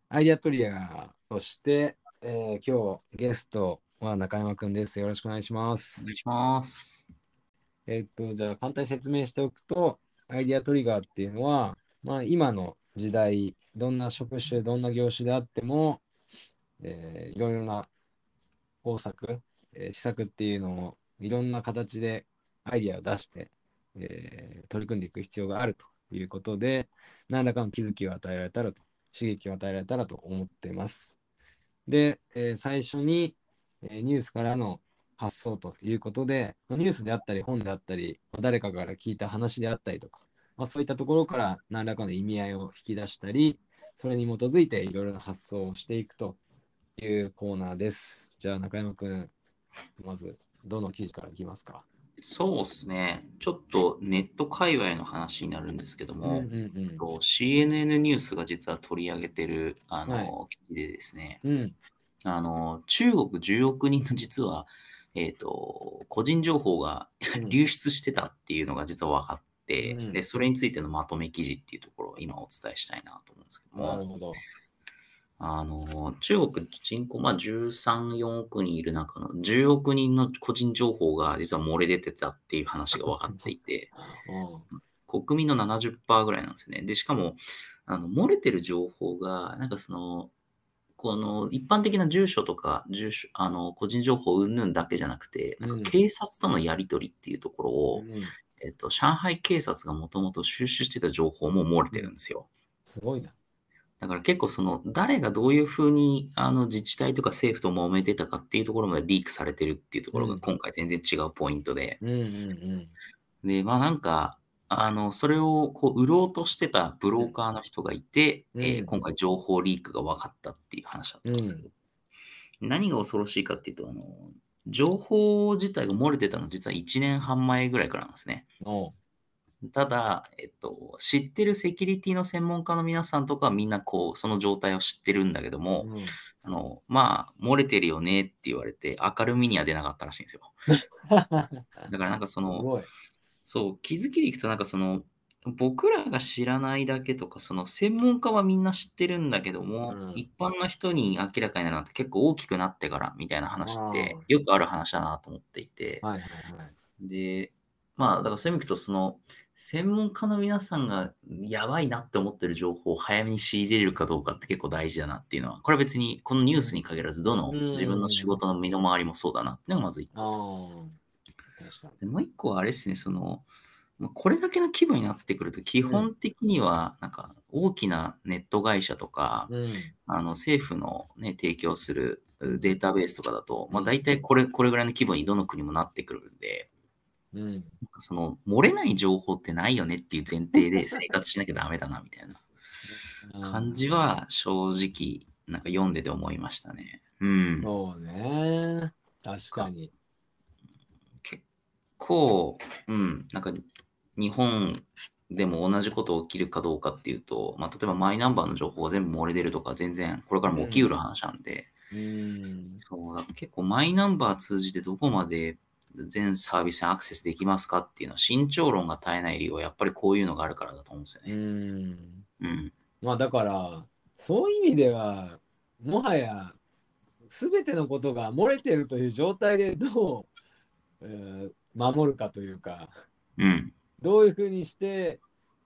アイデアトリアとして、今日ゲストは中山くんです。よろしくお願いします。 お願いします。 じゃあ簡単に説明しておくと、アイデアトリガーっていうのは、今の時代、どんな職種、どんな業種であっても、いろいろな工作、施策っていうのをいろんな形でアイデアを出して、取り組んでいく必要があるということで、何らかの気づきを与えられたらと、刺激を与えられたらと思っています。で、最初に、ニュースからの発想ということで、ニュースであったり本であったり、誰かから聞いた話であったりとか、そういったところから何らかの意味合いを引き出したり、それに基づいていろいろな発想をしていくというコーナーです。じゃあ中山くん、まずどの記事からいきますか？ そうですね。ちょっとネット界隈の話になるんですけどうんうも、 ん CNN ニュースが実は取り上げてる、 うん。はい。 記事でですね、 うん。 中国10億人の実は、個人情報がうん。 流出してたっていうのが実は分かって、で、 うん。 それについてのまとめ記事っていうところを今お伝えしたいなと思うんですけども、 なるほど。 中国人口、13、4億人いる中の10億人の個人情報が実は漏れ出てたっていう話が分かっていて、 うん。 国民の70%ぐらいなんですよね。で、しかも、漏れてる情報が、この一般的な住所とか、住所、個人情報云々だけじゃなくて、 うん。 警察とのやり取りっていうところを、 うん。 上海警察がもともと収集してた情報も漏れうん。 てるんですよ。 すごいな。 だから結構誰がどういうふうに、自治体とか政府と揉めてたかっていうところまでリークされてるっていうところがうん。 今回全然違うポイントで。 うんうんで、それをこう売ろうとしてたブうん。 ローカーの人がいて、 うん。 今回情報リークが分かったっていう話だっうん。 たんですけど、何が恐ろしいかっていうと、情報自体が漏れてたの実は1年半前ぐらいからなんですね。 おう。 ただ、知ってるセキュリティの専門家の皆さんとかはみんなこう、その状態を知ってるんだけども、 うん。 漏れてるよねって言われて、明るみには出なかったらしいんですよ。だからすごい。 そう、気づきでいくと僕らが知らないだけとか、専門家はみんな知ってるんだけども、 うん。 一般の人に明らかになるのって結構大きくなってからみたいなあ話ってあ。 よくある話だなと思っていて、 はいはいはい。 で、だからそういう意味でいくと、専門家の皆さんがやばいなって思ってる情報を早めに仕入れるかどうかって結構大事だなっていうのは、これは別にこのニュースに限らず、どうの自分の仕ん。 事の身の回りもそうだなっていうのがまず一あ個と。 あ。確かで、もう一個はあれですね、これだけの規模になってくると、基に。うん。 本的には、大きなネット会社とか、 うん。 政府のね、提供するうん。 データベースとかだと、 うん。 大体これぐらいの規模にどの国もなってくるんで、 うん。 漏れない情報ってないよねっていう前提で生活しなきゃダメだな、みたいなあ感じあ。 は正直、読んでて思いましたね。うん。 そうね。確かかに。 結構、うん、日本でも同じこと起きるかどうかっていうと、例えばマイナンバーの情報が全部漏れ出るとか、全然これからも起きううん。 る話なんで、 うん。 そう、だから結構マイナンバー通じてどこまで全サービスにアクセスできますかっていうのは慎重論が絶えない理由はやっぱりこういうのがあるからだと思うんですようね。 ん。 うん。 だから、そういう意味では、もはや、すべてのことが漏れてるという状態でどう、守るかというか、 うん。 どういうふうにして、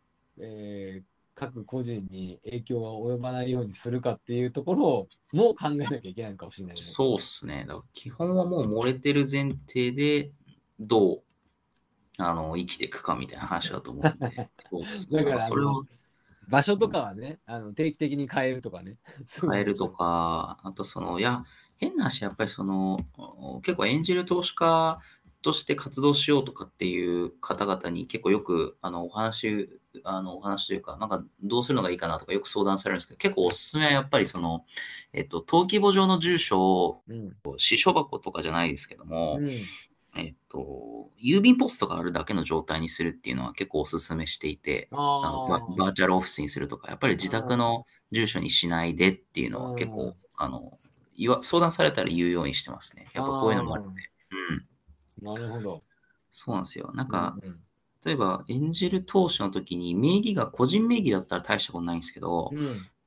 各個人に影響が及ばないようにするかっていうところをもう考えなきゃいけないのかもしれないね。 そうっすね。だから基本はもう漏れてる前提で、どう、生きていくかみたいな話だと思うんで。そうっすね。 だから、 それを場所とかはね、定期的に変えるとかね、そういう変えるとのでしょ。 か、あと変な話、やっぱり結構演じる投資家として活動しようとかっていう方々に結構よく、お話というか、どうするのがいいかなとかよく相談されるんですけど、結構おすすめはやっぱり登記簿上の住所を、 うん。 私書箱とかじゃないですけども、 うん。 郵便ポストがあるだけの状態にするっていうのは結構お勧めしていて、バーあチャルオフィスにするとか、やっぱり自宅あ。 の住所にしないでっていううのは結構、 ん。 相談されたら言うようにしてますね。やっぱこういうのもあるあんで。うん。 あ。なるほど。 そうなんですよ。 うんうん。 例えば演じる投資の時に名義が個人名義だったら大したことないんですけど、 うん。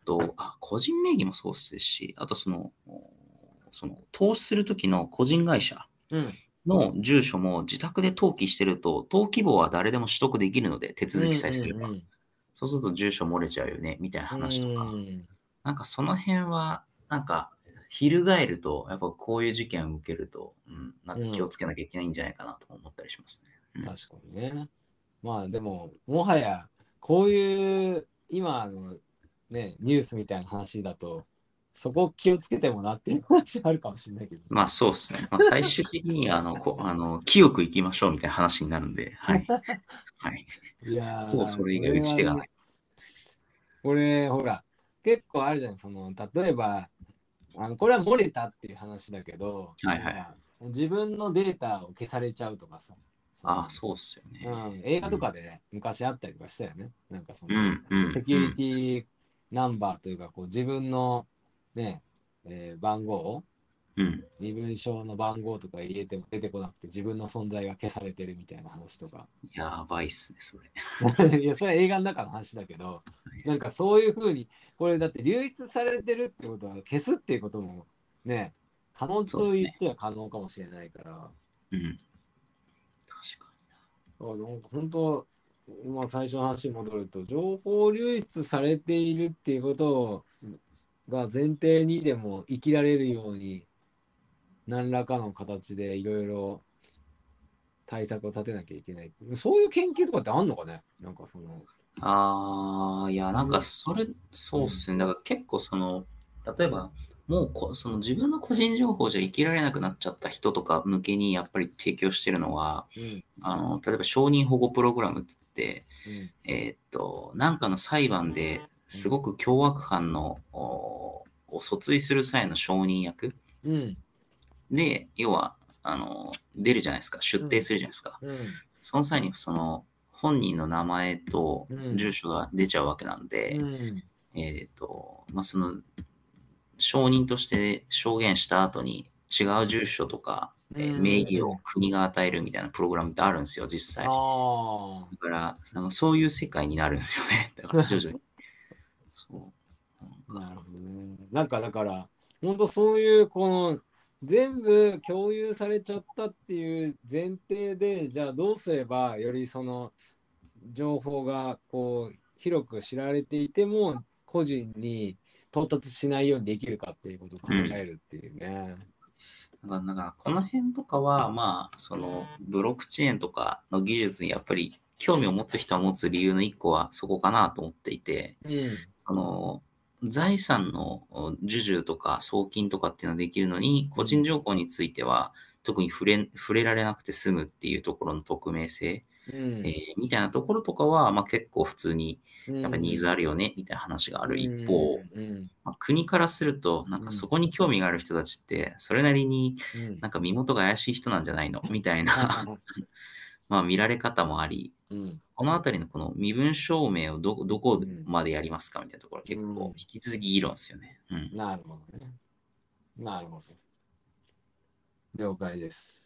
個人名義もそうですし、あと投資するときの個人会社うん。 の住所も自宅で登記してると、登記簿は誰でも取得できるので、手続きうんさえすれば。 うんそうすると住所漏れちゃうよね、みたいなうん。 話とか。 うん。 なんかその辺は、なんか、翻ると、やっぱこういう事件を受けると、なんか気をうん。 つけなきゃいけないんじゃないかなと思ったりしますね。 確かにね。まあでも、もはや、こういう今のね、ニュースみたいな話だと、そこ気をつけてもなっていう話あるかもしれないけど。 まあそうですね。まあ最終的に、清く生きましょうみたいな話になるんで、はい。はい。 いやもうそー、これ以外打ちれはね、 手がない。 これ、ほら、結構あるじゃん。例えば、これは漏れたっていう話だけど、 はいはい。 自分のデータを消されちゃうとかさ、 ああ、そうっすよね。 映画とうん。 かで昔あったりとかしたよね。 うん、うん、 セキュリテうん。 ィナンバーというか、こう自分のね、番号、 うん。 身分証の番号とか入れても出てこなくて自分の存在が消されてるみたいな話とか。 やばいっすね、それ。 いや、それは映画の中の話だけど、なんかそういうふうに、これだって流出されてるってことは消すっていうこともね、可能とそうっすね。 言っては可能かもしれないから、 うん。確かなんか本当、まあ、最初の話に戻ると、情報流出されているっていうことが前提にでも生きられるように、何らかの形でいろいろ対策を立てなきゃいけない。そういう研究とかってあんのかね。 ああ、いや、なんかうん、 そうっすね。だから結構例えば、もう自分の個人情報じゃ生きられなくなっちゃった人とか向けにやっぱり提供してるのは、 うん、 例えば承認保護プログラムって言って、 うん、 なんかの裁判でうん、 すごく凶悪犯のを訴追する際の証人役うん、 で、要は、出るじゃないですか。出廷うん、 するじゃないですか。 うん、 その際に、本人の名前とうん、 住所が出ちゃうわけなんうで、 ん、 まあ、証人として証言した後に違う住所とか、 う名義をん、 国が与えるみたいなプログラムってあるんですよ、実あ際。 あ、 だから、そういう世界になるんですよね。だから徐々に。そう。なんか、 なるほどね。なんかだから、本当そういう、全部共有されちゃったっていう前提で、じゃあどうすれば、よりその情報が広く知られていても、個人に到達しないようにできるかっていうことを考うん。 えるっていうね。 なんかこの辺とかは、まあ、ブロックチェーンとかの技術にやっぱり興味を持つ人は持つ理由の一個はそこかなと思っていて、 うん。 その、財産の授受とか送金とかっていうのができるのに、個人うん。 情報については特に触れられなくて済むっていうところの匿名性、 うん。 みたいなところとかは、まあ、結構普通にうやっぱニーズん。 あるよねみたいな話があうる一方、 ん。うん。 まあ、国からすると、なんうん。 かそこに興味がある人たちって、それなりにうん。 なんか身元が怪しい人なんじゃないのみたいなまあ見られ方もあり、 うん。 このあたりのこの身分証明をどこうん。 までやりますかみたいなところはう結構ん。 引き続き議論ですよね。うん。 なるほどね。なるほど。了解です。